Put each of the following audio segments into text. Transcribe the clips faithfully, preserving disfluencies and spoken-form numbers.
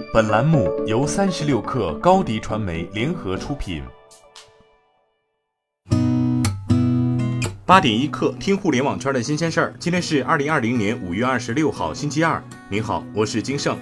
本栏目由三十六氪高迪传媒联合出品。 八点一刻，听互联网圈的新鲜事儿。今天是二零二零年五月二十六号，星期二。您好，我是金盛。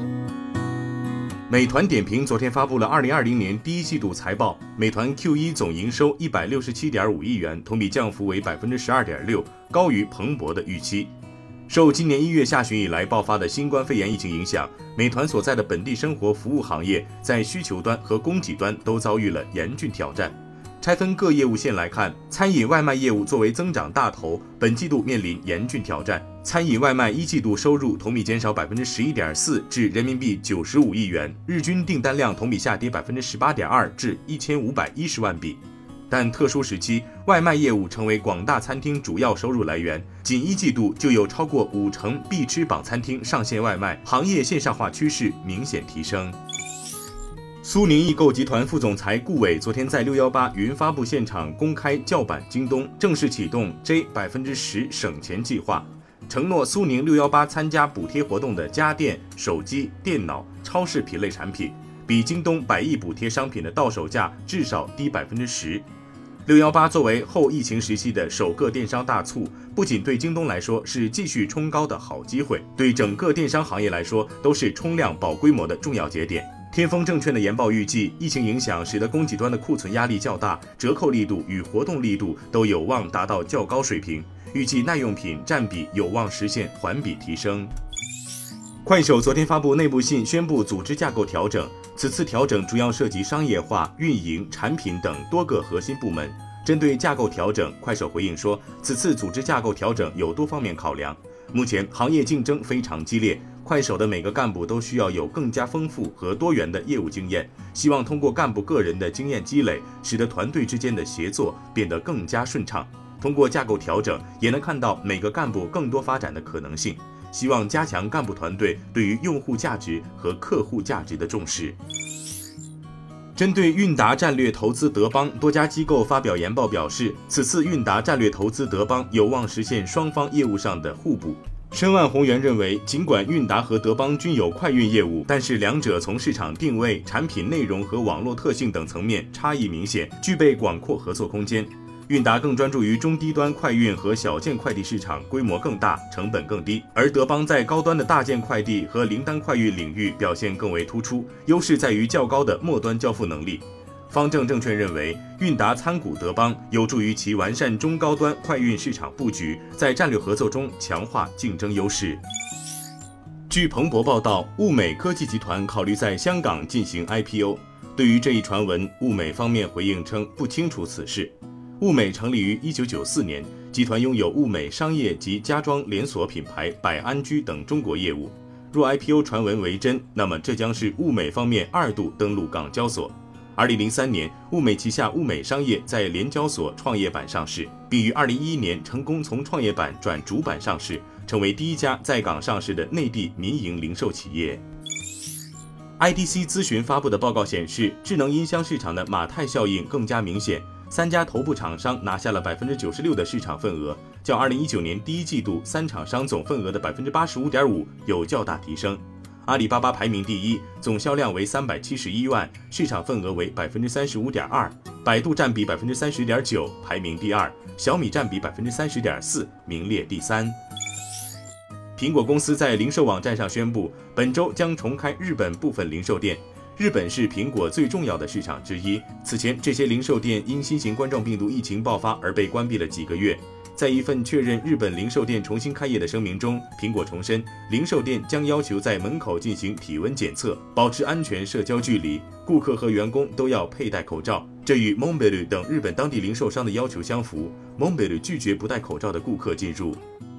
美团点评昨天发布了二零二零年第一季度财报，美团 Q 一 总营收一百六十七点五亿元，同比降幅为百分之十二点六，高于彭博的预期。受今年一月下旬以来爆发的新冠肺炎疫情影响，美团所在的本地生活服务行业在需求端和供给端都遭遇了严峻挑战。拆分各业务线来看，餐饮外卖业务作为增长大头，本季度面临严峻挑战。餐饮外卖一季度收入同比减少百分之十一点四，至人民币九十五亿元，日均订单量同比下跌百分之十八点二，至一千五百一十万笔。但特殊时期，外卖业务成为广大餐厅主要收入来源，仅一季度就有超过五成必吃榜餐厅上线外卖，行业线上化趋势明显提升。苏宁易购集团副总裁顾伟昨天在六一八云发布现场公开叫板京东，正式启动 J 百分之十 省钱计划，承诺苏宁六一八参加补贴活动的家电、手机、电脑、超市品类产品，比京东百亿补贴商品的到手价至少低百分之十。六一八作为后疫情时期的首个电商大促，不仅对京东来说是继续冲高的好机会，对整个电商行业来说都是冲量保规模的重要节点。天风证券的研报预计，疫情影响使得供给端的库存压力较大，折扣力度与活动力度都有望达到较高水平，预计耐用品占比有望实现环比提升。快手昨天发布内部信，宣布组织架构调整，此次调整主要涉及商业化、运营、产品等多个核心部门。针对架构调整，快手回应说，此次组织架构调整有多方面考量。目前行业竞争非常激烈，快手的每个干部都需要有更加丰富和多元的业务经验，希望通过干部个人的经验积累，使得团队之间的协作变得更加顺畅。通过架构调整，也能看到每个干部更多发展的可能性，希望加强干部团队对于用户价值和客户价值的重视。针对韵达战略投资德邦，多家机构发表研报表示，此次韵达战略投资德邦有望实现双方业务上的互补。申万宏源认为，尽管韵达和德邦均有快运业务，但是两者从市场定位、产品内容和网络特性等层面差异明显，具备广阔合作空间。韵达更专注于中低端快运和小件快递市场，规模更大，成本更低，而德邦在高端的大件快递和零单快运领域表现更为突出，优势在于较高的末端交付能力。方正证券认为，韵达参股德邦有助于其完善中高端快运市场布局，在战略合作中强化竞争优势。据彭博报道，物美科技集团考虑在香港进行 I P O。 对于这一传闻，物美方面回应称不清楚此事。物美成立于一九九四年，集团拥有物美商业及家装连锁品牌百安居等中国业务。若 I P O 传闻为真，那么这将是物美方面二度登陆港交所。二零零三年，物美旗下物美商业在联交所创业板上市，并于二零一一年成功从创业板转主板上市，成为第一家在港上市的内地民营零售企业。I D C 咨询发布的报告显示，智能音箱市场的马太效应更加明显，三家头部厂商拿下了 百分之九十六 的市场份额，较二零一九年第一季度三厂商总份额的 百分之八十五点五 有较大提升。阿里巴巴排名第一，总销量为三百七十一万，市场份额为 百分之三十五点二， 百度占比 百分之三十点九， 排名第二，小米占比 百分之三十点四， 名列第三。苹果公司在零售网站上宣布，本周将重开日本部分零售店。日本是苹果最重要的市场之一，此前这些零售店因新型冠状病毒疫情爆发而被关闭了几个月。在一份确认日本零售店重新开业的声明中，苹果重申，零售店将要求在门口进行体温检测，保持安全社交距离，顾客和员工都要佩戴口罩。这与 Monbelu 等日本当地零售商的要求相符。Monbelu 拒绝不戴口罩的顾客进入。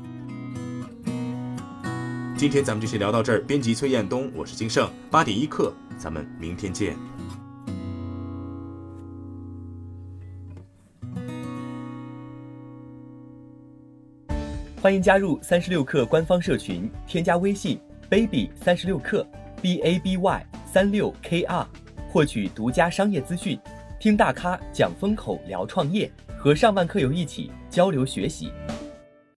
今天咱们就先聊到这儿，编辑崔彦东，我是金盛，八点一刻，咱们明天见。 欢迎加入三十六氪官方社群，添加微信 baby 三十六氪 b a b y 三六 k r， 获取独家商业资讯，听大咖讲风口，聊创业，和上万客友一起交流学习。